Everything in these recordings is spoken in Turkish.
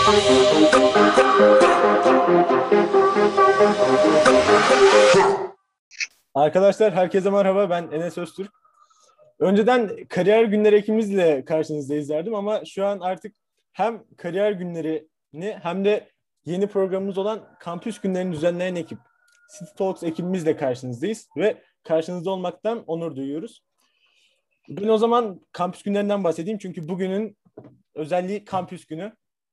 Arkadaşlar herkese merhaba, ben Enes Öztürk. Önceden kariyer günleri ekimizle karşınızda izlerdim ama şu an artık hem kariyer günlerini hem de yeni programımız olan kampüs günlerini düzenleyen ekip City Talks ekibimizle karşınızdayız ve karşınızda olmaktan onur duyuyoruz. Ben o zaman kampüs günlerinden bahsedeyim çünkü bugünün özelliği kampüs günü.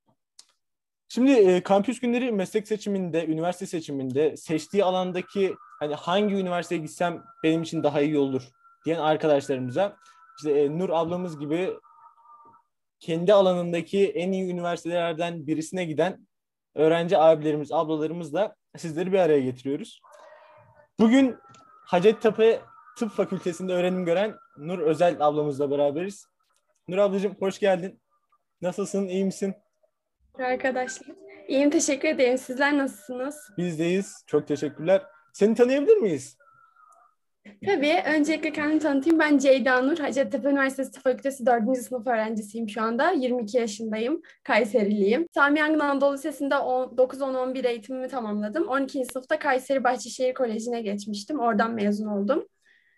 Şimdi kampüs günleri meslek seçiminde, üniversite seçiminde seçtiği alandaki hani hangi üniversiteye gitsem benim için daha iyi olur diyen arkadaşlarımıza işte Nur ablamız gibi kendi alanındaki en iyi üniversitelerden birisine giden öğrenci abilerimiz, ablalarımızla sizleri bir araya getiriyoruz. Bugün Hacettepe Tıp Fakültesi'nde öğrenim gören Nur Özel ablamızla beraberiz. Nur ablacığım hoş geldin. Nasılsın, iyi misin? Arkadaşlar. İyiyim, teşekkür ederim. Sizler nasılsınız? Bizdeyiz. Çok teşekkürler. Seni tanıyabilir miyiz? Tabii. Öncelikle kendimi tanıtayım. Ben Ceyda Nur. Hacettepe Üniversitesi Tıp Fakültesi 4. sınıf öğrencisiyim şu anda. 22 yaşındayım. Kayseriliyim. Sami Yangın Anadolu Lisesi'nde 9-10-11 eğitimimi tamamladım. 12. sınıfta Kayseri Bahçeşehir Koleji'ne geçmiştim. Oradan mezun oldum.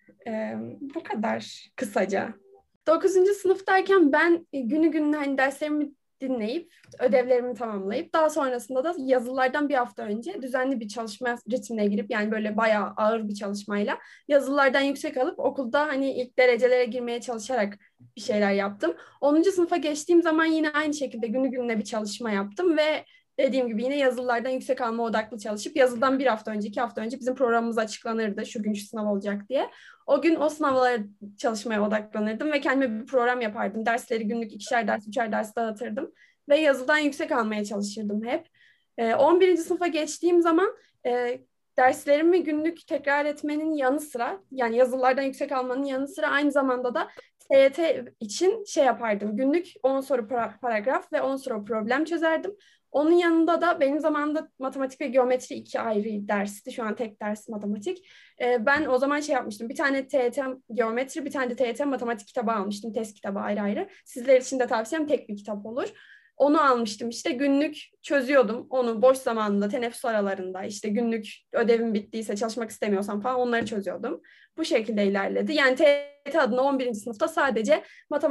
Bu kadar kısaca. 9. sınıftayken ben günü gününe hani derslerimi dinleyip, ödevlerimi tamamlayıp daha sonrasında da yazılılardan bir hafta önce düzenli bir çalışma ritmine girip yani böyle bayağı ağır bir çalışmayla yazılılardan yüksek alıp okulda hani ilk derecelere girmeye çalışarak bir şeyler yaptım. 10. sınıfa geçtiğim zaman yine aynı şekilde günü gününe bir çalışma yaptım ve dediğim gibi yine yazılılardan yüksek alma odaklı çalışıp yazıldan bir hafta önce, 2 hafta önce bizim programımız açıklanırdı. Şu gün şu sınav olacak diye. O gün o sınavlara çalışmaya odaklanırdım ve kendime bir program yapardım. Dersleri günlük 2'şer ders, 3'er ders dağıtırdım. Ve yazıldan yüksek almaya çalışırdım hep. 11. sınıfa geçtiğim zaman derslerimi günlük tekrar etmenin yanı sıra, yani yazılılardan yüksek almanın yanı sıra aynı zamanda da TYT için şey yapardım. Günlük 10 soru paragraf ve 10 soru problem çözerdim. Onun yanında da benim zamanımda matematik ve geometri 2 ayrı dersti. Şu an tek ders matematik. Ben o zaman şey yapmıştım. Bir tane TYT geometri, bir tane de TYT matematik kitabı almıştım. Test kitabı ayrı ayrı. Sizler için de tavsiyem tek bir kitap olur. Onu almıştım işte günlük çözüyordum. Onu boş zamanında, teneffüs aralarında işte günlük ödevim bittiyse çalışmak istemiyorsam falan onları çözüyordum. Bu şekilde ilerledi. Yani TYT adına 11. sınıfta sadece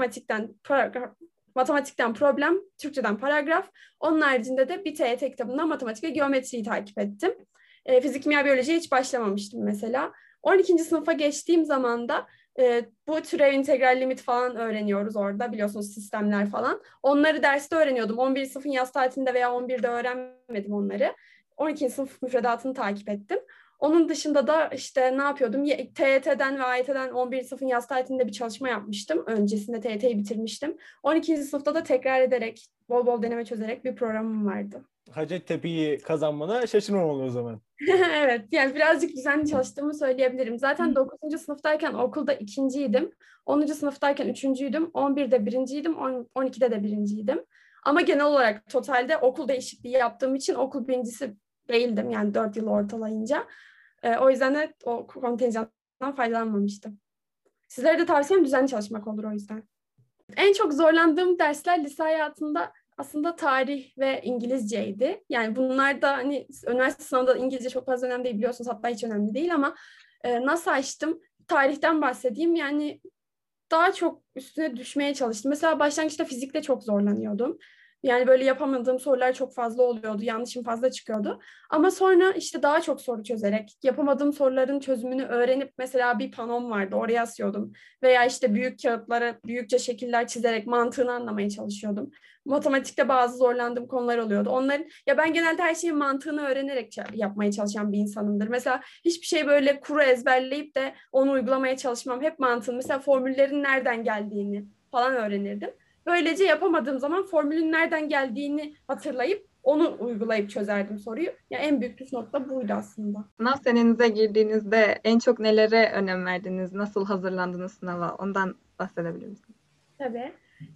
matematikten problem, Türkçeden paragraf. Onun haricinde de bir TYT kitabından matematik ve geometriyi takip ettim. Fizik, kimya, biyolojiye hiç başlamamıştım mesela. 12. sınıfa geçtiğim zaman da bu türev, integral, limit falan öğreniyoruz orada. Biliyorsunuz sistemler falan. Onları derste öğreniyordum. 11. sınıfın yaz tatilinde veya 11'de öğrenmedim onları. 12. sınıf müfredatını takip ettim. Onun dışında da işte ne yapıyordum? TYT'den ve AYT'den 11. sınıfın yaz tatilinde bir çalışma yapmıştım. Öncesinde TYT'yi bitirmiştim. 12. sınıfta da tekrar ederek, bol bol deneme çözerek bir programım vardı. Hacettepe'yi kazanmana şaşırmamalı o zaman. Evet, yani birazcık düzenli çalıştığımı söyleyebilirim. Zaten 9. sınıftayken okulda ikinciydim. 10. sınıftayken üçüncüydüm. 11'de birinciydim. 12'de de birinciydim. Ama genel olarak totalde okul değişikliği yaptığım için okul birincisi değildim. Yani 4 yıl ortalayınca. O yüzden de o kontenjandan faydalanmamıştım. Sizlere de tavsiyem düzenli çalışmak olur o yüzden. En çok zorlandığım dersler lise hayatında aslında tarih ve İngilizceydi. Yani bunlar da hani üniversite sınavında İngilizce çok fazla önemli değil biliyorsunuz, hatta hiç önemli değil ama nasıl açtım? Tarihten bahsedeyim. Yani daha çok üstüne düşmeye çalıştım. Mesela başlangıçta fizikte çok zorlanıyordum. Yani böyle yapamadığım sorular çok fazla oluyordu. Yanlışım fazla çıkıyordu. Ama sonra işte daha çok soru çözerek yapamadığım soruların çözümünü öğrenip mesela bir panom vardı. Oraya asıyordum. Veya işte büyük kağıtlara büyükçe şekiller çizerek mantığını anlamaya çalışıyordum. Matematikte bazı zorlandığım konular oluyordu. Ya ben genelde her şeyin mantığını öğrenerek yapmaya çalışan bir insanımdır. Mesela hiçbir şey böyle kuru ezberleyip de onu uygulamaya çalışmam. Hep mantığını, mesela formüllerin nereden geldiğini falan öğrenirdim. Böylece yapamadığım zaman formülün nereden geldiğini hatırlayıp onu uygulayıp çözerdim soruyu. Ya en büyük püf nokta buydu aslında. Sınav senenize girdiğinizde en çok nelere önem verdiniz? Nasıl hazırlandınız sınava? Ondan bahsedebilir misiniz? Tabii.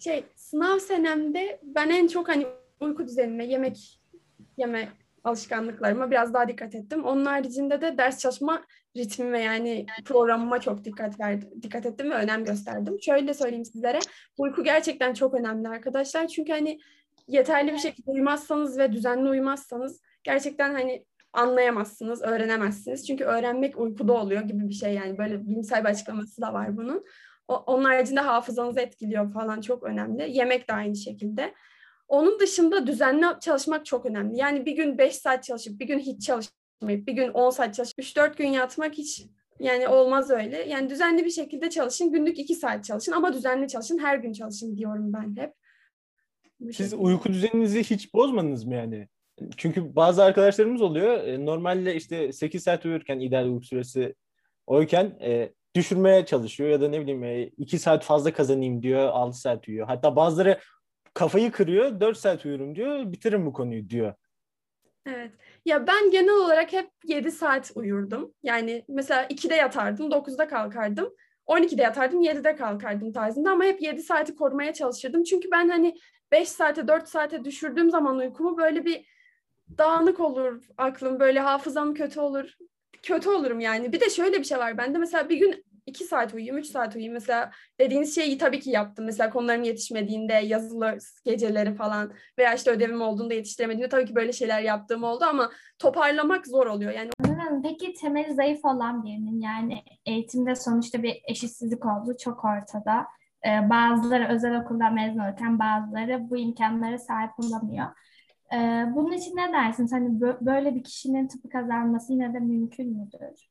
Sınav senemde ben en çok hani uyku düzenime, yemek yeme alışkanlıklarıma biraz daha dikkat ettim. Onun haricinde de ders çalışma ritmime, yani programıma çok dikkat ettim ve önem gösterdim. Şöyle söyleyeyim sizlere. Uyku gerçekten çok önemli arkadaşlar. Çünkü hani yeterli bir şekilde uyumazsanız ve düzenli uyumazsanız gerçekten hani anlayamazsınız, öğrenemezsiniz. Çünkü öğrenmek uykuda oluyor gibi bir şey yani. Böyle bilimsel bir açıklaması da var bunun. Onun haricinde hafızanızı etkiliyor falan, çok önemli. Yemek de aynı şekilde. Onun dışında düzenli çalışmak çok önemli. Yani bir gün 5 saat çalışıp bir gün hiç çalışmayıp bir gün 10 saat çalışıp 3-4 gün yatmak hiç yani olmaz öyle. Yani düzenli bir şekilde çalışın. Günlük 2 saat çalışın ama düzenli çalışın. Her gün çalışın diyorum ben hep. Bu Siz şekilde. uyku düzeninizi hiç bozmadınız mı yani? Çünkü bazı arkadaşlarımız oluyor. Normalde işte 8 saat uyurken ideal uyku süresi oyken düşürmeye çalışıyor ya da ne bileyim 2 saat fazla kazanayım diyor, 6 saat uyuyor. Hatta bazıları kafayı kırıyor, 4 saat uyurum diyor, bitiririm bu konuyu diyor. Evet. Ya ben genel olarak hep 7 saat uyurdum. Yani mesela 2'de yatardım, 9'da kalkardım. 12'de yatardım, 7'de kalkardım tarzında ama hep 7 saati korumaya çalışırdım. Çünkü ben hani 5 saate, 4 saate düşürdüğüm zaman uykumu böyle bir dağınık olur aklım, böyle hafızam kötü olur. Kötü olurum yani. Bir de şöyle bir şey var bende. Mesela bir gün 2 saat uyuyayım, 3 saat uyuyayım. Mesela dediğiniz şeyi tabii ki yaptım. Mesela konularım yetişmediğinde, yazılı geceleri falan veya işte ödevim olduğunda yetiştiremediğimde tabii ki böyle şeyler yaptığım oldu ama toparlamak zor oluyor. Yani Peki temeli zayıf olan birinin, yani eğitimde sonuçta bir eşitsizlik olduğu çok ortada. Bazıları özel okuldan mezun olurken bazıları bu imkanlara sahip olamıyor. Bunun için ne dersiniz? Hani böyle bir kişinin tıpı kazanması yine de mümkün müdür?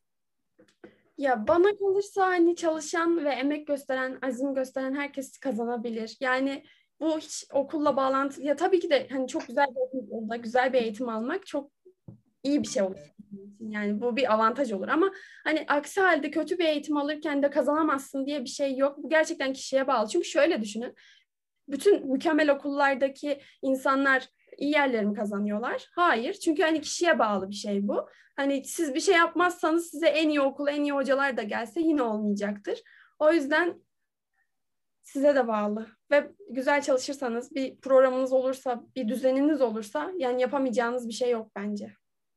ya bana kalırsa hani çalışan ve emek gösteren, azim gösteren herkes kazanabilir. Yani bu hiç okulla bağlantılı. Ya tabii ki de hani çok güzel bir okulda güzel bir eğitim almak çok iyi bir şey olur. Yani bu bir avantaj olur ama hani aksi halde kötü bir eğitim alırken de kazanamazsın diye bir şey yok. Bu gerçekten kişiye bağlı. Çünkü şöyle düşünün. Bütün mükemmel okullardaki insanlar iyi yerleri mi kazanıyorlar? Hayır. Çünkü hani kişiye bağlı bir şey bu. Hani siz bir şey yapmazsanız size en iyi okul, en iyi hocalar da gelse yine olmayacaktır. O yüzden size de bağlı. Ve güzel çalışırsanız, bir programınız olursa, bir düzeniniz olursa yani yapamayacağınız bir şey yok bence.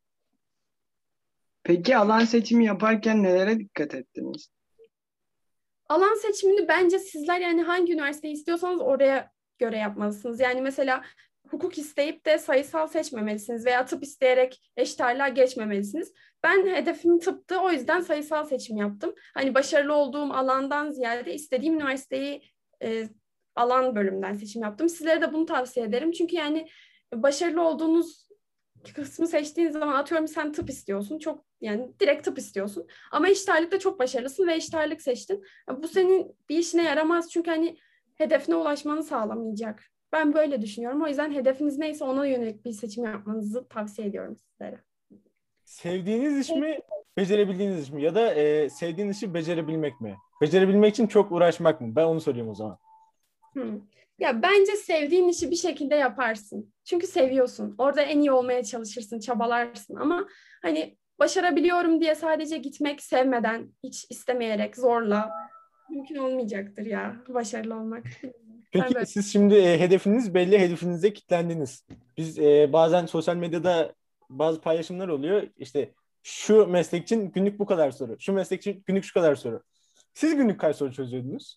Peki alan seçimi yaparken nelere dikkat ettiniz? Alan seçimini bence sizler yani hangi üniversiteyi istiyorsanız oraya göre yapmalısınız. Yani mesela hukuk isteyip de sayısal seçmemelisiniz veya tıp isteyerek eşit ağırlığa geçmemelisiniz. Ben hedefim tıptı, o yüzden sayısal seçim yaptım. Hani başarılı olduğum alandan ziyade istediğim üniversiteyi e, alan bölümden seçim yaptım. Sizlere de bunu tavsiye ederim. Çünkü yani başarılı olduğunuz kısmı seçtiğin zaman atıyorum sen tıp istiyorsun. Çok yani direkt tıp istiyorsun. Ama eşit ağırlıkta çok başarılısın ve eşit ağırlık seçtin. Bu senin bir işine yaramaz çünkü hani hedefine ulaşmanı sağlamayacak. Ben böyle düşünüyorum. O yüzden hedefiniz neyse ona yönelik bir seçim yapmanızı tavsiye ediyorum sizlere. Sevdiğiniz iş mi, becerebildiğiniz iş mi? Ya da sevdiğiniz işi becerebilmek mi? Becerebilmek için çok uğraşmak mı? Ben onu soruyorum o zaman. Ya bence sevdiğin işi bir şekilde yaparsın. Çünkü seviyorsun. Orada en iyi olmaya çalışırsın, çabalarsın. Ama hani başarabiliyorum diye sadece gitmek, sevmeden, hiç istemeyerek, zorla mümkün olmayacaktır ya başarılı olmak. Ben Peki böyle. siz şimdi hedefiniz belli, hedefinize kilitlendiniz. Biz bazen sosyal medyada bazı paylaşımlar oluyor. İşte şu meslek için günlük bu kadar soru, şu meslek için günlük şu kadar soru. Siz günlük kaç soru çözüyordunuz?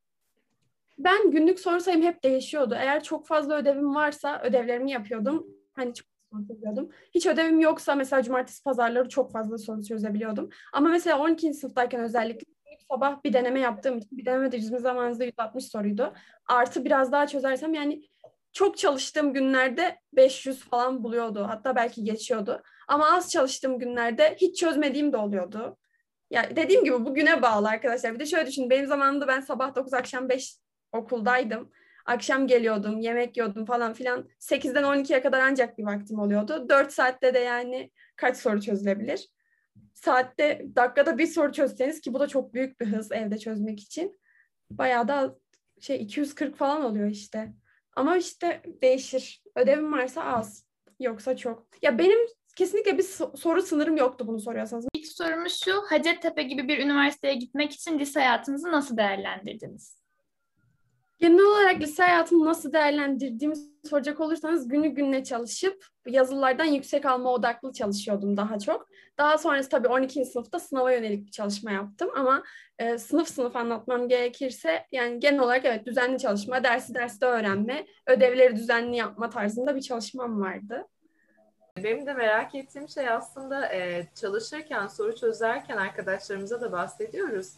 Ben günlük soru sayım hep değişiyordu. Eğer çok fazla ödevim varsa ödevlerimi yapıyordum. Hani çok soru çözüyordum. Hiç ödevim yoksa mesela cumartesi pazarları çok fazla soru çözebiliyordum. Ama mesela 12. sınıftayken özellikle sabah bir deneme yaptığım için bir deneme de bizim zamanımızda 160 soruydu. Artı biraz daha çözersem yani çok çalıştığım günlerde 500 falan buluyordu. Hatta belki geçiyordu. Ama az çalıştığım günlerde hiç çözmediğim de oluyordu. Ya dediğim gibi bugüne bağlı arkadaşlar. Bir de şöyle düşünün. Benim zamanımda ben sabah 9 akşam 5 okuldaydım. Akşam geliyordum, yemek yiyordum falan filan. 8'den 12'ye kadar ancak bir vaktim oluyordu. 4 saatte de yani kaç soru çözülebilir? Saatte, dakikada bir soru çözseniz ki bu da çok büyük bir hız evde çözmek için. Bayağı da 240 falan oluyor işte. Ama işte değişir. Ödevim varsa az, yoksa çok. Ya benim kesinlikle bir soru sınırım yoktu bunu soruyorsanız. İlk sorumuz şu: Hacettepe gibi bir üniversiteye gitmek için lise hayatınızı nasıl değerlendirdiniz? Genel olarak lise hayatımı nasıl değerlendirdiğimi soracak olursanız günü gününe çalışıp yazılılardan yüksek alma odaklı çalışıyordum daha çok. Daha sonrası tabii 12. sınıfta sınava yönelik bir çalışma yaptım ama sınıf sınıf anlatmam gerekirse yani genel olarak evet düzenli çalışma, dersi derste öğrenme, ödevleri düzenli yapma tarzında bir çalışmam vardı. Benim de merak ettiğim şey aslında çalışırken, soru çözerken arkadaşlarımıza da bahsediyoruz.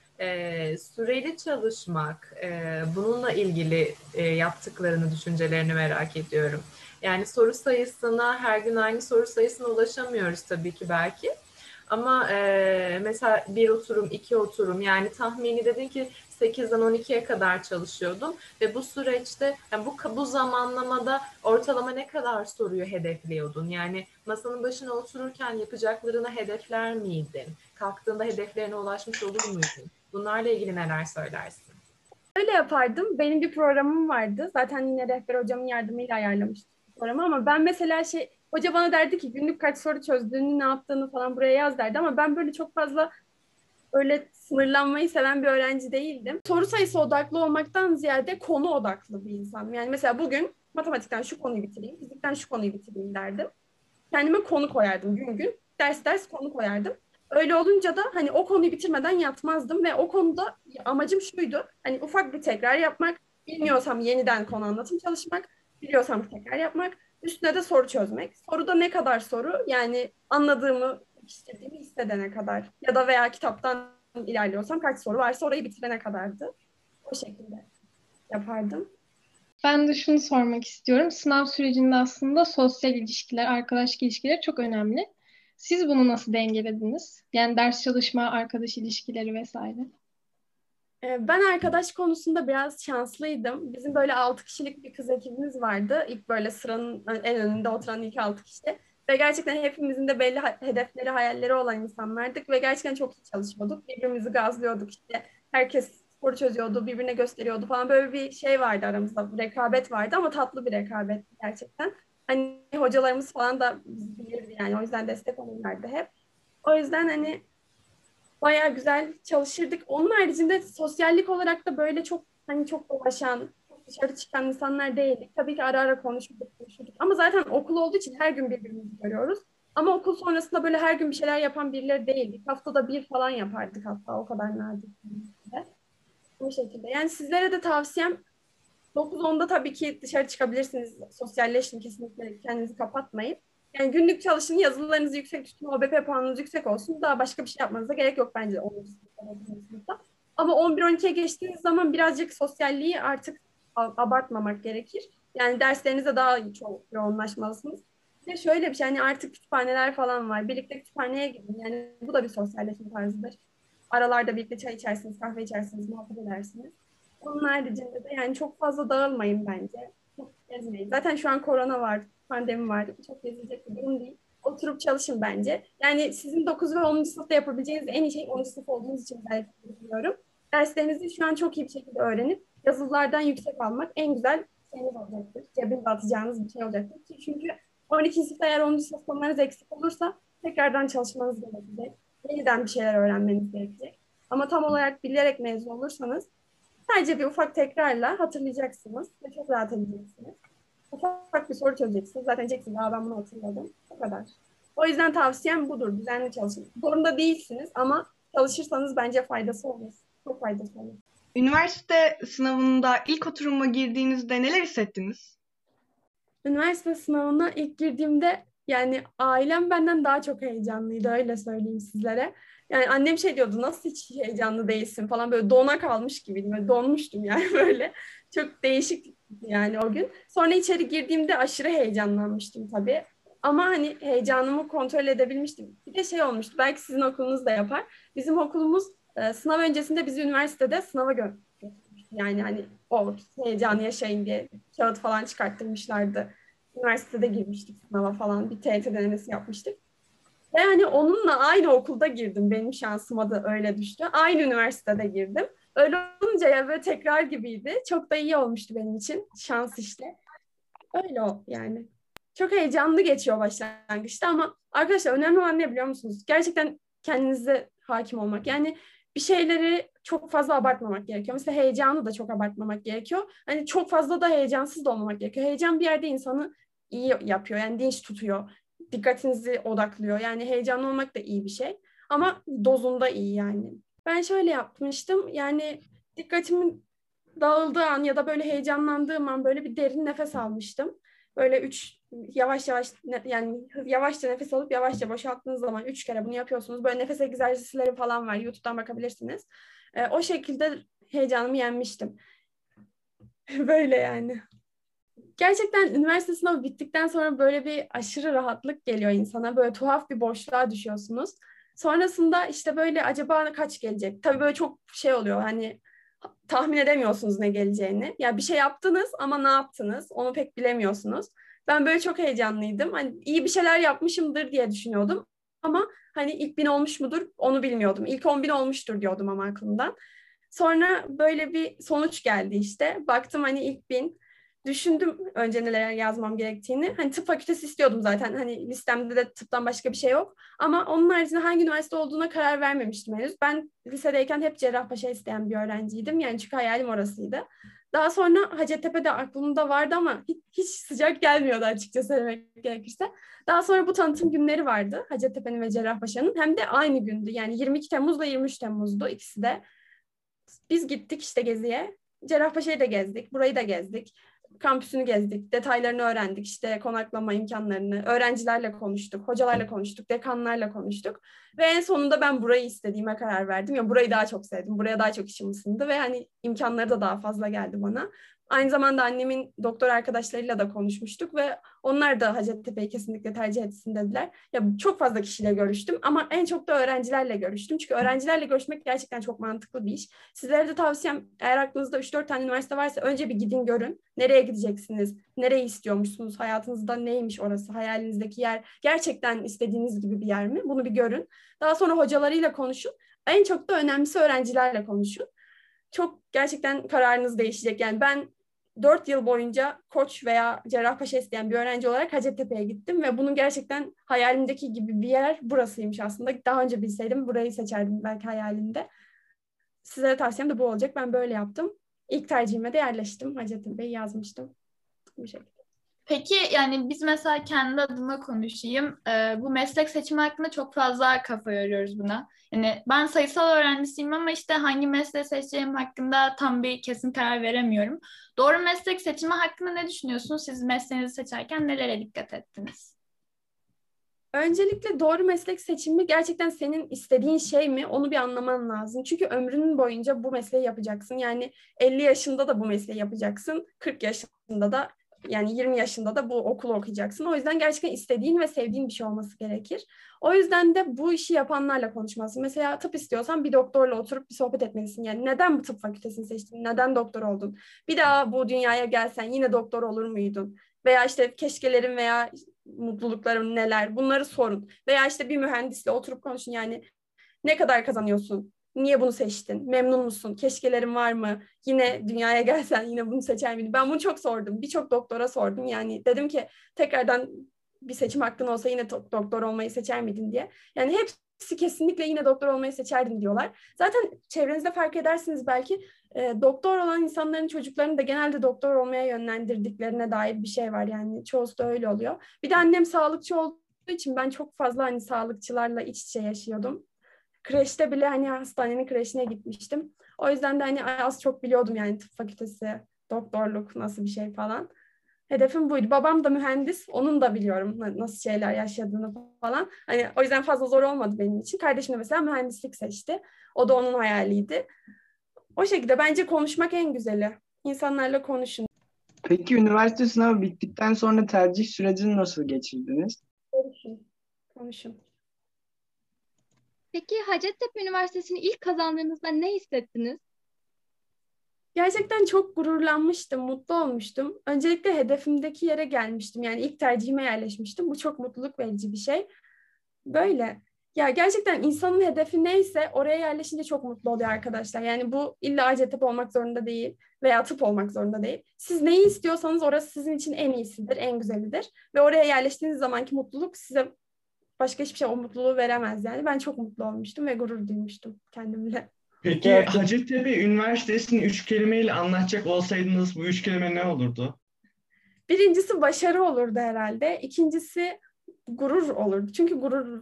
Süreli çalışmak, bununla ilgili yaptıklarını, düşüncelerini merak ediyorum. Yani soru sayısına, her gün aynı soru sayısına ulaşamıyoruz tabii ki belki. Ama mesela bir oturum, iki oturum, yani tahmini dedin ki 8'den 12'ye kadar çalışıyordum ve bu süreçte yani bu zamanlamada ortalama ne kadar soruyu hedefliyordun? Yani masanın başına otururken yapacaklarını hedefler miydin? Kalktığında hedeflerine ulaşmış olur muydun? Bunlarla ilgili neler söylersin? Öyle yapardım. Benim bir programım vardı. Zaten yine rehber hocamın yardımıyla ayarlamıştım programı ama ben mesela hoca bana derdi ki günlük kaç soru çözdüğünü, ne yaptığını falan buraya yaz derdi ama ben böyle çok fazla öyle sınırlanmayı seven bir öğrenci değildim. Soru sayısı odaklı olmaktan ziyade konu odaklı bir insanım. Yani mesela bugün matematikten şu konuyu bitireyim, fizikten şu konuyu bitireyim derdim. Kendime konu koyardım gün gün. Ders ders konu koyardım. Öyle olunca da hani o konuyu bitirmeden yatmazdım ve o konuda amacım şuydu. Hani ufak bir tekrar yapmak, bilmiyorsam yeniden konu anlatım çalışmak, biliyorsam tekrar yapmak, üstüne de soru çözmek. Soruda ne kadar soru? Yani anladığımı, istediğimi hissedene kadar ya da veya kitaptan ilerliyorsam kaç soru varsa orayı bitirene kadardı. O şekilde yapardım. Ben de şunu sormak istiyorum. Sınav sürecinde aslında sosyal ilişkiler, arkadaşlık ilişkileri çok önemli. Siz bunu nasıl dengelediniz? Yani ders çalışma, arkadaş ilişkileri vesaire. Ben arkadaş konusunda biraz şanslıydım. Bizim böyle 6 kişilik bir kız ekibimiz vardı. İlk böyle sıranın en önünde oturan ilk 6 kişi. Ve gerçekten hepimizin de belli hedefleri, hayalleri olan insanlardık. Ve gerçekten çok iyi çalışıyorduk. Birbirimizi gazlıyorduk işte. Herkes soru çözüyordu, birbirine gösteriyordu falan. Böyle bir şey vardı aramızda. Bir rekabet vardı ama tatlı bir rekabet gerçekten. Hani hocalarımız falan da bizi bilirdi yani. O yüzden destek olurlardı hep. O yüzden hani bayağı güzel çalışırdık. Onun haricinde sosyallik olarak da böyle çok hani çok dolaşan, çok dışarı çıkan insanlar değildik. Tabii ki ara ara konuşurduk. Ama zaten okul olduğu için her gün birbirimizi görüyoruz. Ama okul sonrasında böyle her gün bir şeyler yapan birileri değildik. Haftada bir falan yapardık hatta o kadar nadir. Bu şekilde. Yani sizlere de tavsiyem 9-10'da tabii ki dışarı çıkabilirsiniz. Sosyalleşin kesinlikle kendinizi kapatmayın. Yani günlük çalışın, yazılılarınızı yüksek tutun, OBP puanınız yüksek olsun. Daha başka bir şey yapmanıza gerek yok bence 10. sınıfta, 9. sınıfta. Ama 11-12'ye geçtiğiniz zaman birazcık sosyalliği artık abartmamak gerekir. Yani derslerinize daha çok yoğunlaşmalısınız. Bir de şöyle bir şey, hani artık kütüphaneler falan var. Birlikte kütüphaneye gidin. Yani bu da bir sosyalleşme tarzıdır. Aralarda birlikte çay içersiniz, kahve içersiniz, muhabbet edersiniz. Onun haricinde de yani çok fazla dağılmayın bence. Çok gezmeyin. Zaten şu an korona var, pandemi var. Çok gezilecek bir durum değil. Oturup çalışın bence. Yani sizin 9 ve 10. sınıfta yapabileceğiniz en iyi şey 10. sınıf olduğunuz için belki düşünüyorum. Derslerinizi şu an çok iyi bir şekilde öğrenip yazılılardan yüksek almak en güzel şeyiniz olacaktır. Cebinize atacağınız bir şey olacaktır. Çünkü 12. sınıfta eğer 10. sınıf konularınız eksik olursa tekrardan çalışmanız gerekecek. Yeniden bir şeyler öğrenmeniz gerekecek. Ama tam olarak bilerek mezun olursanız sadece bir ufak tekrarla hatırlayacaksınız ve çok rahat edeceksiniz. Ufak bir soru çözeceksiniz. Zaten diyeceksiniz, ben bunu hatırladım. O kadar. O yüzden tavsiyem budur. Düzenli çalışın. Zorunda değilsiniz ama çalışırsanız bence faydası olur. Çok faydası olur. Üniversite sınavında ilk oturuma girdiğinizde neler hissettiniz? Üniversite sınavına ilk girdiğimde yani ailem benden daha çok heyecanlıydı, öyle söyleyeyim sizlere. Yani annem şey diyordu, nasıl hiç heyecanlı değilsin falan, böyle dona kalmış gibiydim. Böyle donmuştum yani böyle. Çok değişik yani o gün. Sonra içeri girdiğimde aşırı heyecanlanmıştım tabii. Ama hani heyecanımı kontrol edebilmiştim. Bir de şey olmuştu, belki sizin okulunuz da yapar. Bizim okulumuz sınav öncesinde bizi üniversitede sınava götürmüştü. Yani hani o heyecanı yaşayın diye kağıt falan çıkarttırmışlardı. Üniversitede girmiştik sınava falan. Bir TYT denemesi yapmıştık. Ve hani onunla aynı okulda girdim. Benim şansıma da öyle düştü. Aynı üniversitede girdim. Öyle olunca ya böyle tekrar gibiydi. Çok da iyi olmuştu benim için. Şans işte. Öyle yani. Çok heyecanlı geçiyor başlangıçta ama arkadaşlar önemli olan ne biliyor musunuz? Gerçekten kendinize hakim olmak. Yani bir şeyleri çok fazla abartmamak gerekiyor. Mesela heyecanı da çok abartmamak gerekiyor. Hani çok fazla da heyecansız da olmamak gerekiyor. Heyecan bir yerde insanı iyi yapıyor. Yani dinç tutuyor. Dikkatinizi odaklıyor. Yani heyecanlı olmak da iyi bir şey. Ama dozunda iyi yani. Ben şöyle yapmıştım. Yani dikkatimin dağıldığı an ya da böyle heyecanlandığım an böyle bir derin nefes almıştım. Böyle yavaş yavaş yani yavaşça nefes alıp yavaşça boşalttığınız zaman 3 kere bunu yapıyorsunuz. Böyle nefes egzersizleri falan var. YouTube'dan bakabilirsiniz. O şekilde heyecanımı yenmiştim. Böyle yani. Gerçekten üniversite sınavı bittikten sonra böyle bir aşırı rahatlık geliyor insana. Böyle tuhaf bir boşluğa düşüyorsunuz. Sonrasında işte böyle acaba kaç gelecek? Tabii böyle çok şey oluyor hani tahmin edemiyorsunuz ne geleceğini. Ya bir şey yaptınız ama ne yaptınız? Onu pek bilemiyorsunuz. Ben böyle çok heyecanlıydım. Hani iyi bir şeyler yapmışımdır diye düşünüyordum. Ama hani ilk 1000 olmuş mudur onu bilmiyordum. İlk 10.000 olmuştur diyordum ama aklımdan. Sonra böyle bir sonuç geldi işte. Baktım hani ilk 1000. Düşündüm önce neler yazmam gerektiğini. Hani tıp fakültesi istiyordum zaten. Hani listemde de tıptan başka bir şey yok. Ama onun haricinde hangi üniversite olduğuna karar vermemiştim henüz. Ben lisedeyken hep Cerrahpaşa isteyen bir öğrenciydim. Yani çünkü hayalim orasıydı. Daha sonra Hacettepe'de aklımda vardı ama hiç sıcak gelmiyordu açıkça söylemek gerekirse. Daha sonra bu tanıtım günleri vardı Hacettepe'nin ve Cerrahpaşa'nın. Hem de aynı gündü. Yani 22 Temmuz'la 23 Temmuz'du ikisi de. Biz gittik işte geziye. Cerrahpaşa'yı da gezdik, burayı da gezdik. Kampüsünü gezdik, detaylarını öğrendik, işte konaklama imkanlarını, öğrencilerle konuştuk, hocalarla konuştuk, dekanlarla konuştuk. Ve en sonunda ben burayı istediğime karar verdim. Ya burayı daha çok sevdim, buraya daha çok içim ısındı ve hani imkanları da daha fazla geldi bana. Aynı zamanda annemin doktor arkadaşlarıyla da konuşmuştuk ve onlar da Hacettepe'yi kesinlikle tercih etsin dediler. Ya çok fazla kişiyle görüştüm ama en çok da öğrencilerle görüştüm. Çünkü öğrencilerle görüşmek gerçekten çok mantıklı bir iş. Sizlere de tavsiyem eğer aklınızda 3-4 tane üniversite varsa önce bir gidin görün. Nereye gideceksiniz? Nereyi istiyormuşsunuz? Hayatınızda neymiş orası? Hayalinizdeki yer gerçekten istediğiniz gibi bir yer mi? Bunu bir görün. Daha sonra hocalarıyla konuşun. En çok da önemlisi öğrencilerle konuşun. Çok gerçekten kararınız değişecek. Yani ben 4 yıl boyunca Koç veya Cerrahpaşa isteyen bir öğrenci olarak Hacettepe'ye gittim ve bunun gerçekten hayalimdeki gibi bir yer burasıymış aslında. Daha önce bilseydim burayı seçerdim belki hayalimde. Size tavsiyem de bu olacak. Ben böyle yaptım. İlk tercihime de yerleştim. Hacettepe'yi yazmıştım. Bu şekilde. Peki yani biz mesela kendi adıma konuşayım. Bu meslek seçimi hakkında çok fazla kafa yoruyoruz buna. Yani ben sayısal öğrencisiyim ama işte hangi mesleği seçeceğim hakkında tam bir kesin karar veremiyorum. Doğru meslek seçimi hakkında ne düşünüyorsunuz? Siz mesleğinizi seçerken nelere dikkat ettiniz? Öncelikle doğru meslek seçimi gerçekten senin istediğin şey mi? Onu bir anlaman lazım. Çünkü ömrünün boyunca bu mesleği yapacaksın. Yani 50 yaşında da bu mesleği yapacaksın. 40 yaşında da yani 20 yaşında da bu okulu okuyacaksın. O yüzden gerçekten istediğin ve sevdiğin bir şey olması gerekir. O yüzden de bu işi yapanlarla konuşmalısın. Mesela tıp istiyorsan bir doktorla oturup bir sohbet etmelisin. Yani neden bu tıp fakültesini seçtin? Neden doktor oldun? Bir daha bu dünyaya gelsen yine doktor olur muydun? Veya işte keşkelerin veya mutluluklarım neler? Bunları sorun. Veya işte bir mühendisle oturup konuşun. Yani ne kadar kazanıyorsun? Niye bunu seçtin? Memnun musun? Keşkelerin var mı? Yine dünyaya gelsen yine bunu seçer miydin? Ben bunu çok sordum. Birçok doktora sordum. Yani dedim ki tekrardan bir seçim hakkın olsa yine doktor olmayı seçer miydin diye. Yani hepsi kesinlikle yine doktor olmayı seçerdim diyorlar. Zaten çevrenizde fark edersiniz belki doktor olan insanların çocuklarını da genelde doktor olmaya yönlendirdiklerine dair bir şey var. Yani çoğusu da öyle oluyor. Bir de annem sağlıkçı olduğu için ben çok fazla hani sağlıkçılarla iç içe yaşıyordum. Kreşte bile hani hastanenin kreşine gitmiştim. O yüzden de hani az çok biliyordum yani tıp fakültesi, doktorluk nasıl bir şey falan. Hedefim buydu. Babam da mühendis. Onun da biliyorum nasıl şeyler yaşadığını falan. Hani o yüzden fazla zor olmadı benim için. Kardeşim de mesela mühendislik seçti. O da onun hayaliydi. O şekilde bence konuşmak en güzeli. İnsanlarla konuşun. Peki üniversite sınavı bittikten sonra tercih sürecini nasıl geçirdiniz? Konuşun. Peki Hacettepe Üniversitesi'ni ilk kazandığınızda ne hissettiniz? Gerçekten çok gururlanmıştım, mutlu olmuştum. Öncelikle hedefimdeki yere gelmiştim. Yani ilk tercihime yerleşmiştim. Bu çok mutluluk verici bir şey. Böyle. Ya gerçekten insanın hedefi neyse oraya yerleşince çok mutlu oluyor arkadaşlar. Yani bu illa Hacettepe olmak zorunda değil veya tıp olmak zorunda değil. Siz neyi istiyorsanız orası sizin için en iyisidir, en güzelidir. Ve oraya yerleştiğiniz zamanki mutluluk size başka hiçbir şey o mutluluğu veremez yani. Ben çok mutlu olmuştum ve gurur duymuştum kendimle. Peki Hacettepe Üniversitesi'ni üç kelimeyle anlatacak olsaydınız bu üç kelime ne olurdu? Birincisi başarı olurdu herhalde. İkincisi gurur olurdu. Çünkü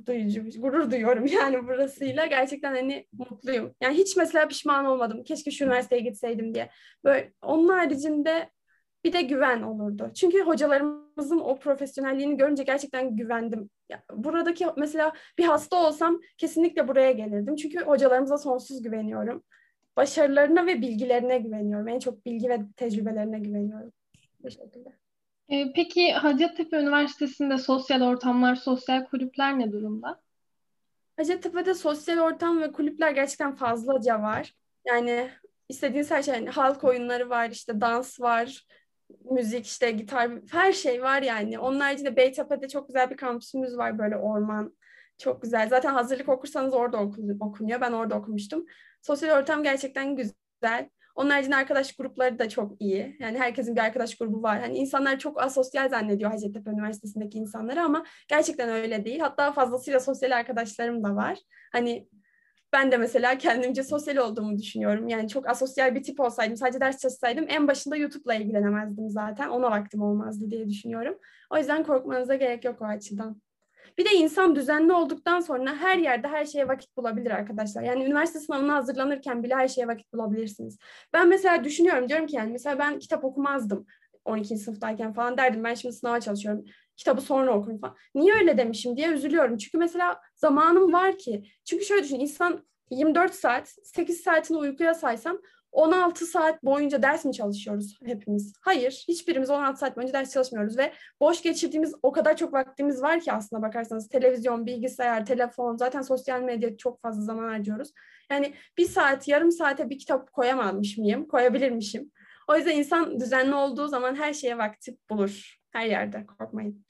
gurur duyuyorum yani burasıyla. Gerçekten hani mutluyum. Yani hiç mesela pişman olmadım. Keşke şu üniversiteye gitseydim diye. Böyle onun haricinde bir de güven olurdu. Çünkü hocalarımızın o profesyonelliğini görünce gerçekten güvendim. Ya, buradaki mesela bir hasta olsam kesinlikle buraya gelirdim. Çünkü hocalarımıza sonsuz güveniyorum. Başarılarına ve bilgilerine güveniyorum. En çok bilgi ve tecrübelerine güveniyorum. Bu şekilde. Peki Hacettepe Üniversitesi'nde sosyal ortamlar, sosyal kulüpler ne durumda? Hacettepe'de sosyal ortam ve kulüpler gerçekten fazlaca var. Yani istediğiniz her şey, yani halk oyunları var, işte dans var, müzik, işte gitar, her şey var yani. Onun haricinde Beytepe'de çok güzel bir kampüsümüz var, böyle orman. Çok güzel. Zaten hazırlık okursanız orada okunuyor. Ben orada okumuştum. Sosyal ortam gerçekten güzel. Onun haricinde arkadaş grupları da çok iyi. Yani herkesin bir arkadaş grubu var. Hani insanlar çok asosyal zannediyor Hacettepe Üniversitesi'ndeki insanları ama gerçekten öyle değil. Hatta fazlasıyla sosyal arkadaşlarım da var. Hani ben de mesela kendimce sosyal olduğumu düşünüyorum. Yani çok asosyal bir tip olsaydım, sadece ders çalışsaydım en başında YouTube'la ilgilenemezdim zaten. Ona vaktim olmazdı diye düşünüyorum. O yüzden korkmanıza gerek yok o açıdan. Bir de insan düzenli olduktan sonra her yerde her şeye vakit bulabilir arkadaşlar. Yani üniversite sınavına hazırlanırken bile her şeye vakit bulabilirsiniz. Ben mesela düşünüyorum, diyorum ki yani mesela ben kitap okumazdım 12. sınıftayken falan, derdim ben şimdi sınava çalışıyorum. Kitabı sonra okurum falan. Niye öyle demişim diye üzülüyorum. Çünkü mesela zamanım var ki. Çünkü şöyle düşün, insan 24 saat, 8 saatini uykuya saysam 16 saat boyunca ders mi çalışıyoruz hepimiz? Hayır, hiçbirimiz 16 saat boyunca ders çalışmıyoruz ve boş geçirdiğimiz o kadar çok vaktimiz var ki aslına bakarsanız. Televizyon, bilgisayar, telefon, zaten sosyal medya çok fazla zaman harcıyoruz. Yani bir saat, yarım saate bir kitap koyamamış mıyım? Koyabilirmişim. O yüzden insan düzenli olduğu zaman her şeye vakti bulur. Her yerde, korkmayın.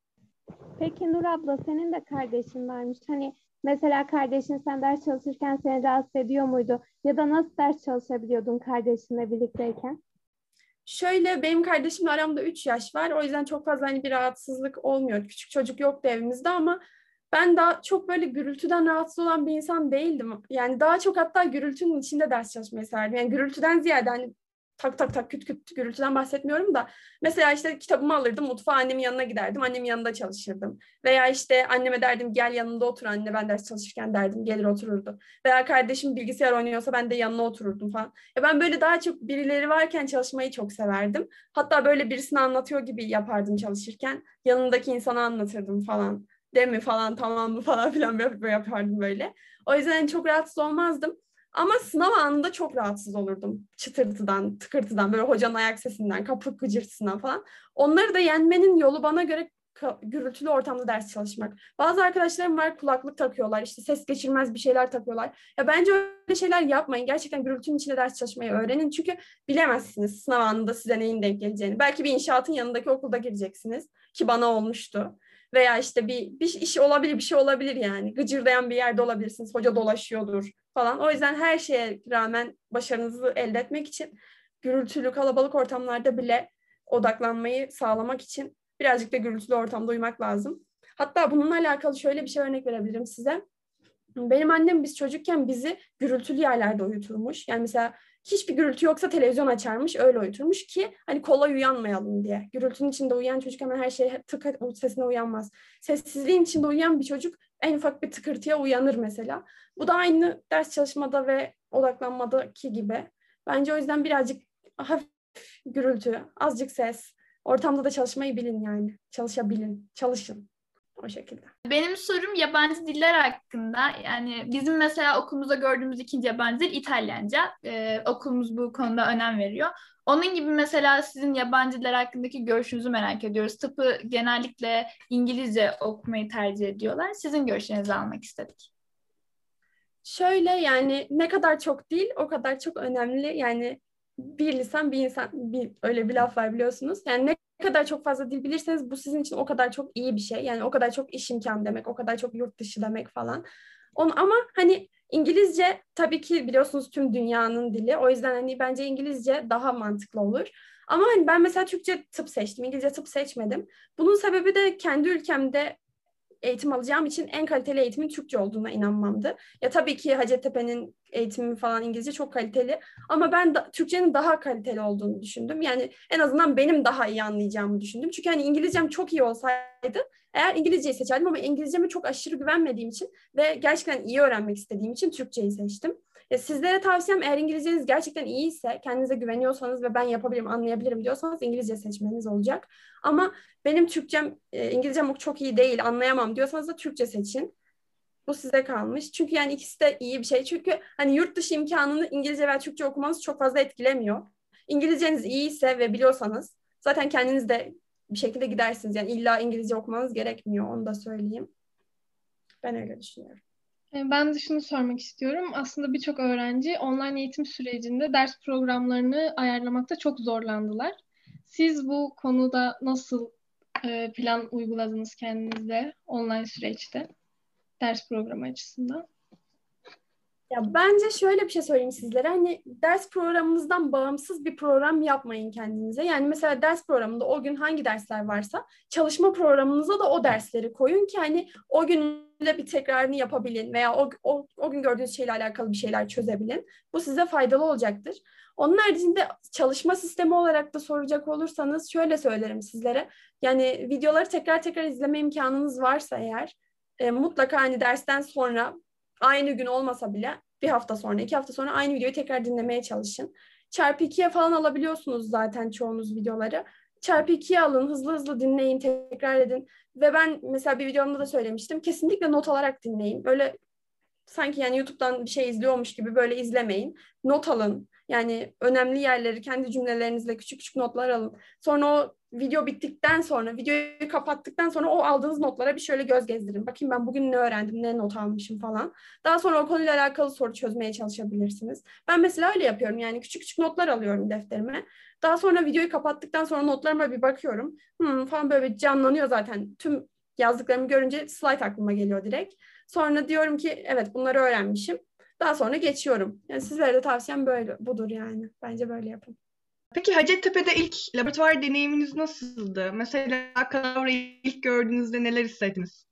Peki Nur abla, senin de kardeşin varmış. Hani mesela kardeşin sen ders çalışırken seni rahatsız ediyor muydu? Ya da nasıl ders çalışabiliyordun kardeşinle birlikteyken? Şöyle, benim kardeşimle aramda 3 yaş var. O yüzden çok fazla hani bir rahatsızlık olmuyor. Küçük çocuk yoktu evimizde ama ben daha çok böyle gürültüden rahatsız olan bir insan değildim. Yani daha çok hatta gürültünün içinde ders çalışmayı severdim. Yani gürültüden ziyade hani tak tak tak küt küt gürültüden bahsetmiyorum da mesela işte kitabımı alırdım, mutfağa annemin yanına giderdim, annemin yanında çalışırdım. Veya işte anneme derdim gel yanında otur anne, ben ders çalışırken derdim, gelir otururdu. Veya kardeşim bilgisayar oynuyorsa ben de yanına otururdum falan. Ya ben böyle daha çok birileri varken çalışmayı çok severdim. Hatta böyle birisini anlatıyor gibi yapardım çalışırken. Yanındaki insana anlatırdım falan. Değil mi falan, tamam mı falan filan yapardım böyle. O yüzden çok rahatsız olmazdım. Ama sınav anında çok rahatsız olurdum. Çıtırtıdan, tıkırtıdan, böyle hocanın ayak sesinden, kapı gıcırtısından falan. Onları da yenmenin yolu bana göre gürültülü ortamda ders çalışmak. Bazı arkadaşlarım var, kulaklık takıyorlar, işte ses geçirmez bir şeyler takıyorlar. Ya bence öyle şeyler yapmayın. Gerçekten gürültünün içinde ders çalışmayı öğrenin. Çünkü bilemezsiniz sınav anında size neyin denk geleceğini. Belki bir inşaatın yanındaki okulda gireceksiniz ki bana olmuştu. Veya işte bir iş olabilir, bir şey olabilir yani. Gıcırdayan bir yerde olabilirsiniz. Hoca dolaşıyordur falan. O yüzden her şeye rağmen başarınızı elde etmek için gürültülü, kalabalık ortamlarda bile odaklanmayı sağlamak için birazcık da gürültülü ortamda uyumak lazım. Hatta bununla alakalı şöyle bir şey örnek verebilirim size. Benim annem biz çocukken bizi gürültülü yerlerde uyuturmuş. Yani mesela hiçbir gürültü yoksa televizyon açarmış, öyle uyuturmuş ki hani kolay uyanmayalım diye. Gürültünün içinde uyuyan çocuk hemen her şeye tık sesine uyanmaz. Sessizliğin içinde uyuyan bir çocuk en ufak bir tıkırtıya uyanır mesela. Bu da aynı ders çalışmada ve odaklanmadaki gibi. Bence o yüzden birazcık hafif gürültü, azıcık ses, ortamda da çalışmayı bilin yani. Çalışabilin, çalışın. O şekilde. Benim sorum yabancı diller hakkında. Yani bizim mesela okulumuzda gördüğümüz ikinci yabancı dil İtalyanca. Okulumuz bu konuda önem veriyor. Onun gibi mesela sizin yabancı diller hakkındaki görüşünüzü merak ediyoruz. Tıpı genellikle İngilizce okumayı tercih ediyorlar. Sizin görüşlerinizi almak istedik. Şöyle, yani ne kadar çok dil o kadar çok önemli. Yani bir lisan bir insan, öyle bir laf var biliyorsunuz. Yani ne kadar çok fazla dil bilirseniz bu sizin için o kadar çok iyi bir şey. Yani o kadar çok iş imkanı demek, o kadar çok yurt dışı demek falan. Ama hani İngilizce tabii ki biliyorsunuz tüm dünyanın dili. O yüzden hani bence İngilizce daha mantıklı olur. Ama hani ben mesela Türkçe tıp seçtim, İngilizce tıp seçmedim. Bunun sebebi de kendi ülkemde eğitim alacağım için en kaliteli eğitimin Türkçe olduğuna inanmamdı. Ya tabii ki Hacettepe'nin eğitimi falan İngilizce çok kaliteli ama ben Türkçenin daha kaliteli olduğunu düşündüm. Yani en azından benim daha iyi anlayacağımı düşündüm. Çünkü hani İngilizcem çok iyi olsaydı eğer İngilizceyi seçerdim ama İngilizceme çok aşırı güvenmediğim için ve gerçekten iyi öğrenmek istediğim için Türkçeyi seçtim. Sizlere tavsiyem eğer İngilizceniz gerçekten iyiyse, kendinize güveniyorsanız ve ben yapabilirim, anlayabilirim diyorsanız İngilizce seçmeniz olacak. Ama benim İngilizcem çok iyi değil, anlayamam diyorsanız da Türkçe seçin. Bu size kalmış. Çünkü yani ikisi de iyi bir şey. Çünkü hani yurt dışı imkanını İngilizce veya Türkçe okumanız çok fazla etkilemiyor. İngilizceniz iyiyse ve biliyorsanız zaten kendiniz de bir şekilde gidersiniz. Yani illa İngilizce okumanız gerekmiyor, onu da söyleyeyim. Ben öyle düşünüyorum. Ben de şunu sormak istiyorum. Aslında birçok öğrenci online eğitim sürecinde ders programlarını ayarlamakta çok zorlandılar. Siz bu konuda nasıl plan uyguladınız kendinizde online süreçte ders programı açısından? Ya bence şöyle bir şey söyleyeyim sizlere. Hani ders programınızdan bağımsız bir program yapmayın kendinize. Yani mesela ders programında o gün hangi dersler varsa çalışma programınıza da o dersleri koyun ki hani o gün de bir tekrarını yapabilin veya o gün gördüğünüz şeyle alakalı bir şeyler çözebilin. Bu size faydalı olacaktır. Onun haricinde çalışma sistemi olarak da soracak olursanız şöyle söylerim sizlere. Yani videoları tekrar tekrar izleme imkanınız varsa eğer mutlaka hani dersten sonra aynı gün olmasa bile bir hafta sonra, 2 hafta sonra aynı videoyu tekrar dinlemeye çalışın. Çarpı 2'ye falan alabiliyorsunuz zaten çoğunuz videoları. Çarpı 2'ye alın, hızlı hızlı dinleyin, tekrar edin. Ve ben mesela bir videomda da söylemiştim. Kesinlikle not alarak dinleyin. Böyle sanki yani YouTube'dan bir şey izliyormuş gibi böyle izlemeyin. Not alın. Yani önemli yerleri kendi cümlelerinizle küçük küçük notlar alın. Sonra o video bittikten sonra, videoyu kapattıktan sonra o aldığınız notlara bir şöyle göz gezdirin. Bakayım ben bugün ne öğrendim, ne not almışım falan. Daha sonra o konuyla alakalı soru çözmeye çalışabilirsiniz. Ben mesela öyle yapıyorum. Yani küçük küçük notlar alıyorum defterime. Daha sonra videoyu kapattıktan sonra notlarıma bir bakıyorum. Falan böyle bir canlanıyor zaten. Tüm yazdıklarımı görünce slide aklıma geliyor direkt. Sonra diyorum ki evet bunları öğrenmişim. Daha sonra geçiyorum. Yani sizlere de tavsiyem budur yani. Bence böyle yapın. Peki Hacettepe'de ilk laboratuvar deneyiminiz nasıldı? Mesela kadavrayı ilk gördüğünüzde neler hissettiniz?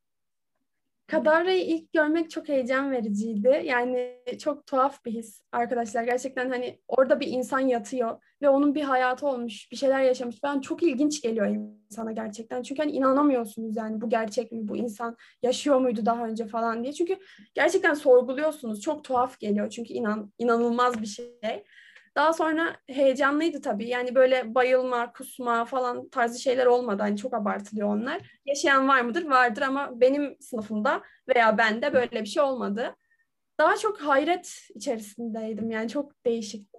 Kadavrayı ilk görmek çok heyecan vericiydi. Yani çok tuhaf bir his arkadaşlar. Gerçekten hani orada bir insan yatıyor ve onun bir hayatı olmuş, bir şeyler yaşamış falan. Çok ilginç geliyor insana gerçekten. Çünkü hani inanamıyorsunuz yani bu gerçek mi, bu insan yaşıyor muydu daha önce falan diye. Çünkü gerçekten sorguluyorsunuz. Çok tuhaf geliyor çünkü inanılmaz bir şey. Daha sonra heyecanlıydı tabii. Yani böyle bayılma, kusma falan tarzı şeyler olmadı. Hani çok abartılıyor onlar. Yaşayan var mıdır? Vardır ama benim sınıfımda veya bende böyle bir şey olmadı. Daha çok hayret içerisindeydim. Yani çok değişikti.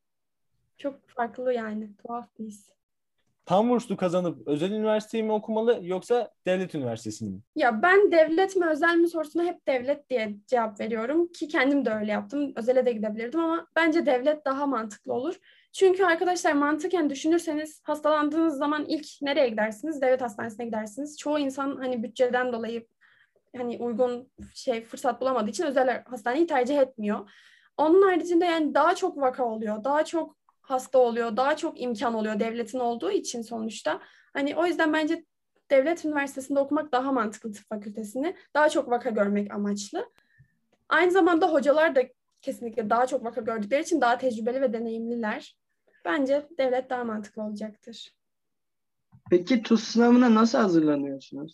Çok farklı yani. Tuhaf bir his. Tam burslu kazanıp özel üniversiteyi mi okumalı yoksa devlet üniversitesini mi? Ya ben devlet mi özel mi sorusuna hep devlet diye cevap veriyorum ki kendim de öyle yaptım. Özele de gidebilirdim ama bence devlet daha mantıklı olur. Çünkü arkadaşlar mantıken düşünürseniz hastalandığınız zaman ilk nereye gidersiniz? Devlet hastanesine gidersiniz. Çoğu insan hani bütçeden dolayı hani uygun fırsat bulamadığı için özel hastaneyi tercih etmiyor. Onun haricinde yani daha çok vaka oluyor, daha çok hasta oluyor, daha çok imkan oluyor devletin olduğu için sonuçta. Hani o yüzden bence devlet üniversitesinde okumak daha mantıklı tıp fakültesini. Daha çok vaka görmek amaçlı. Aynı zamanda hocalar da kesinlikle daha çok vaka gördükleri için daha tecrübeli ve deneyimliler. Bence devlet daha mantıklı olacaktır. Peki TUS sınavına nasıl hazırlanıyorsunuz?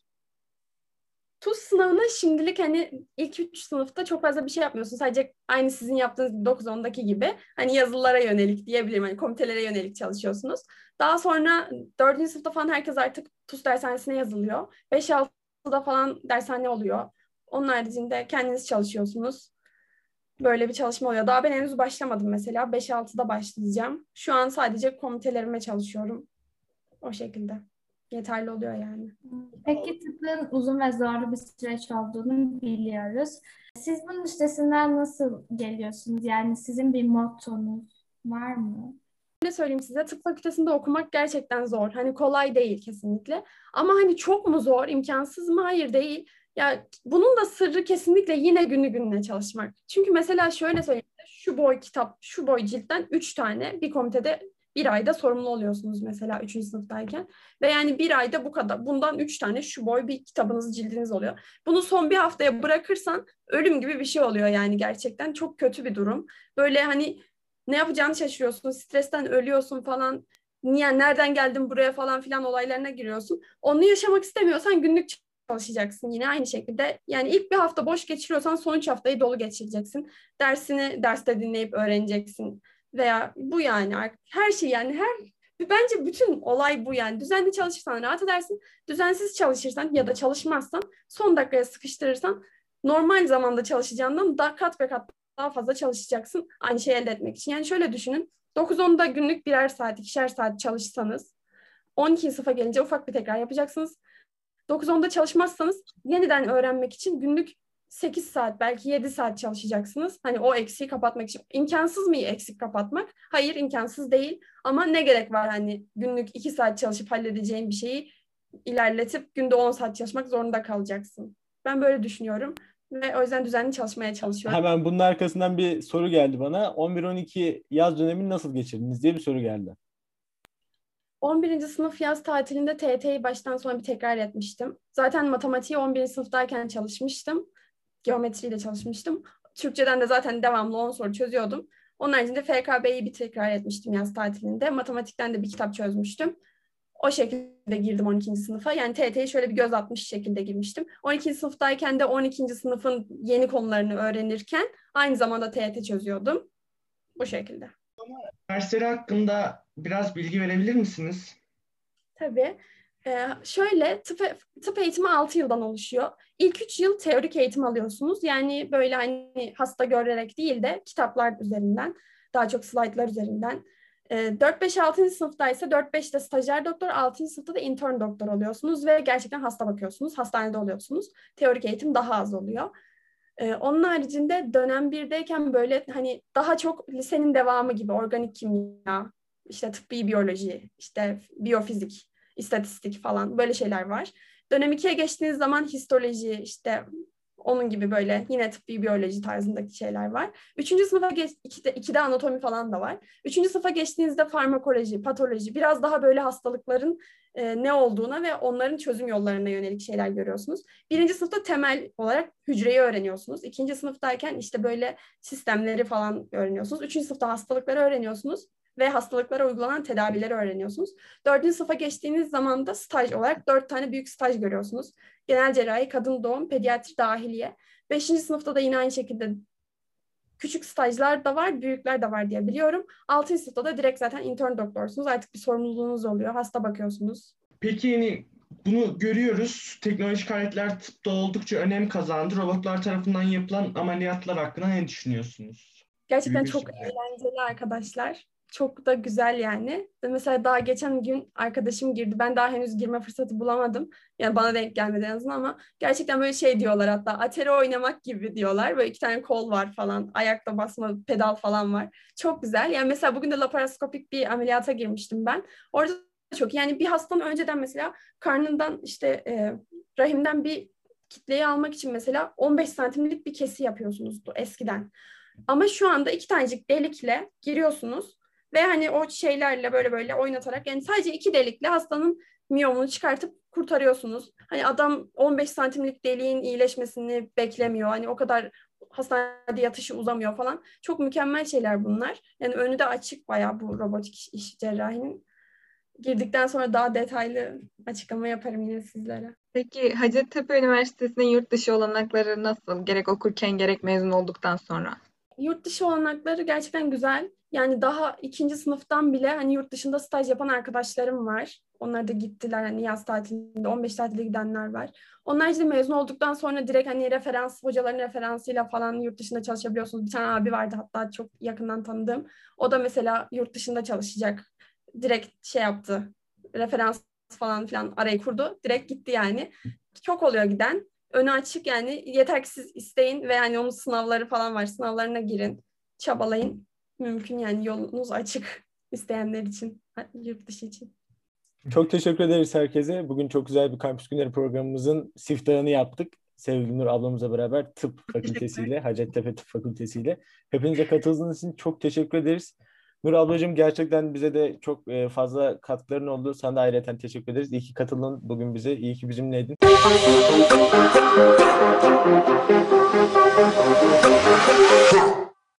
TUS sınavına şimdilik hani ilk 3 sınıfta çok fazla bir şey yapmıyorsun. Sadece aynı sizin yaptığınız 9-10'daki gibi hani yazılılara yönelik diyebilirim. Hani komitelere yönelik çalışıyorsunuz. Daha sonra 4. sınıfta falan herkes artık TUS dershanesine yazılıyor. 5-6'da falan dershane oluyor. Onun haricinde kendiniz çalışıyorsunuz. Böyle bir çalışma oluyor. Daha ben henüz başlamadım mesela. 5-6'da başlayacağım. Şu an sadece komitelerime çalışıyorum. O şekilde. Yeterli oluyor yani. Peki tıbbın uzun ve zorlu bir süreç olduğunu biliyoruz. Siz bunun üstesinden nasıl geliyorsunuz? Yani sizin bir mottonuz var mı? Ne söyleyeyim size, tıp fakültesinde okumak gerçekten zor. Hani kolay değil kesinlikle. Ama hani çok mu zor, imkansız mı? Hayır değil. Ya bunun da sırrı kesinlikle yine günü gününe çalışmak. Çünkü mesela şöyle söyleyeyim, şu boy kitap, şu boy ciltten 3 tane bir komitede Bir ayda sorumlu oluyorsunuz mesela 3. sınıftayken. Ve yani bir ayda bu kadar. Bundan 3 tane şu boy bir kitabınız, cildiniz oluyor. Bunu son bir haftaya bırakırsan ölüm gibi bir şey oluyor yani gerçekten. Çok kötü bir durum. Böyle hani ne yapacağını şaşırıyorsun, stresten ölüyorsun falan. Niye, nereden geldim buraya falan filan olaylarına giriyorsun. Onu yaşamak istemiyorsan günlük çalışacaksın yine aynı şekilde. Yani ilk bir hafta boş geçiriyorsan son 3 haftayı dolu geçireceksin. Dersini derste dinleyip öğreneceksin. Veya bu yani her şey yani bence bütün olay bu yani. Düzenli çalışırsan rahat edersin. Düzensiz çalışırsan ya da çalışmazsan son dakikaya sıkıştırırsan normal zamanda çalışacağından daha kat ve kat daha fazla çalışacaksın aynı şeyi elde etmek için. Yani şöyle düşünün. 9-10'da günlük birer saat, ikişer saat çalışsanız 12. sınıfa gelince ufak bir tekrar yapacaksınız. 9-10'da çalışmazsanız yeniden öğrenmek için günlük 8 saat belki 7 saat çalışacaksınız. Hani o eksiği kapatmak için. İmkansız mı eksik kapatmak? Hayır, imkansız değil. Ama ne gerek var hani günlük 2 saat çalışıp halledeceğin bir şeyi ilerletip günde 10 saat çalışmak zorunda kalacaksın. Ben böyle düşünüyorum. Ve o yüzden düzenli çalışmaya çalışıyorum. Hemen bunun arkasından bir soru geldi bana. 11-12 yaz dönemini nasıl geçirdiniz diye bir soru geldi. 11. sınıf yaz tatilinde TYT'yi baştan sona bir tekrar etmiştim. Zaten matematiği 11. sınıftayken çalışmıştım. Geometriyle çalışmıştım. Türkçeden de zaten devamlı 10 soru çözüyordum. Onun haricinde FKB'yi bir tekrar etmiştim yaz tatilinde. Matematikten de bir kitap çözmüştüm. O şekilde girdim 12. sınıfa. Yani TYT'ye şöyle bir göz atmış şekilde girmiştim. 12. sınıftayken de 12. sınıfın yeni konularını öğrenirken aynı zamanda TYT çözüyordum. Bu şekilde. Dersleri hakkında biraz bilgi verebilir misiniz? Tabii. Şöyle tıp eğitimi 6 yıldan oluşuyor. İlk 3 yıl teorik eğitim alıyorsunuz. Yani böyle hani hasta görerek değil de kitaplar üzerinden, daha çok slaytlar üzerinden. 4-5-6. sınıfta ise 4-5'te stajyer doktor, 6. sınıfta da intern doktor oluyorsunuz ve gerçekten hasta bakıyorsunuz. Hastanede oluyorsunuz. Teorik eğitim daha az oluyor. Onun haricinde dönem 1'deyken böyle hani daha çok lisenin devamı gibi organik kimya, işte tıbbi biyoloji, işte biyofizik, istatistik falan böyle şeyler var. Dönem 2'ye geçtiğiniz zaman histoloji, işte onun gibi böyle yine tıbbi biyoloji tarzındaki şeyler var. 3. sınıfa 2'de anatomi falan da var. 3. sınıfa geçtiğinizde farmakoloji, patoloji, biraz daha böyle hastalıkların ne olduğuna ve onların çözüm yollarına yönelik şeyler görüyorsunuz. 1. sınıfta temel olarak hücreyi öğreniyorsunuz. 2. sınıftayken işte böyle sistemleri falan öğreniyorsunuz. 3. sınıfta hastalıkları öğreniyorsunuz ve hastalıklara uygulanan tedavileri öğreniyorsunuz. 4. sınıfa geçtiğiniz zaman da staj olarak 4 tane büyük staj görüyorsunuz. Genel cerrahi, kadın doğum, pediatri, dahiliye. 5. sınıfta da yine aynı şekilde küçük stajlar da var, büyükler de var diye biliyorum. 6. sınıfta da direkt zaten intern doktorsunuz. Artık bir sorumluluğunuz oluyor. Hasta bakıyorsunuz. Peki yani bunu görüyoruz. Teknolojik aletler tıpta oldukça önem kazandı. Robotlar tarafından yapılan ameliyatlar hakkında ne düşünüyorsunuz? Gerçekten Gibi bir çok soru. eğlenceli arkadaşlar. Çok da güzel yani. Mesela daha geçen gün arkadaşım girdi. Ben daha henüz girme fırsatı bulamadım. Yani bana denk gelmedi en azından ama gerçekten böyle şey diyorlar hatta atari oynamak gibi diyorlar. Böyle 2 tane kol var falan. Ayakta basma pedal falan var. Çok güzel. Yani mesela bugün de laparoskopik bir ameliyata girmiştim ben. Orada çok yani bir hastanın önceden mesela karnından işte rahimden bir kitleyi almak için mesela 15 santimlik bir kesi yapıyorsunuz eskiden. Ama şu anda 2 tanecik delikle giriyorsunuz ve hani o şeylerle böyle böyle oynatarak yani sadece 2 delikle hastanın miyomunu çıkartıp kurtarıyorsunuz. Hani adam 15 santimlik deliğin iyileşmesini beklemiyor. Hani o kadar hastanede yatışı uzamıyor falan. Çok mükemmel şeyler bunlar. Yani önü de açık bayağı bu robotik iş cerrahinin. Girdikten sonra daha detaylı açıklama yaparım yine sizlere. Peki Hacettepe Üniversitesi'nin yurt dışı olanakları nasıl? Gerek okurken gerek mezun olduktan sonra. Yurt dışı olanakları gerçekten güzel. Yani daha 2. sınıftan bile hani yurt dışında staj yapan arkadaşlarım var. Onlar da gittiler hani yaz tatilinde 15 tatile gidenler var. Onlar işte mezun olduktan sonra direkt hani hocaların referansıyla falan yurt dışında çalışabiliyorsunuz. Bir tane abi vardı hatta çok yakından tanıdığım. O da mesela yurt dışında çalışacak. Direkt şey yaptı. Referans falan filan arayı kurdu. Direkt gitti yani. Çok oluyor giden. Önü açık yani yeter ki siz isteyin ve yani onun sınavları falan var. Sınavlarına girin, çabalayın. Mümkün yani yolunuz açık isteyenler için, yurt dışı için. Çok teşekkür ederiz herkese. Bugün çok güzel bir Kampüs Günleri programımızın siftahını yaptık. Sevgili Nur ablamızla beraber tıp fakültesiyle, Hacettepe Tıp Fakültesiyle. Hepinize katıldığınız için çok teşekkür ederiz. Nur ablacığım gerçekten bize de çok fazla katkıların oldu. Sana da ayrıca teşekkür ederiz. İyi ki katıldın bugün bize. İyi ki bizimleydin.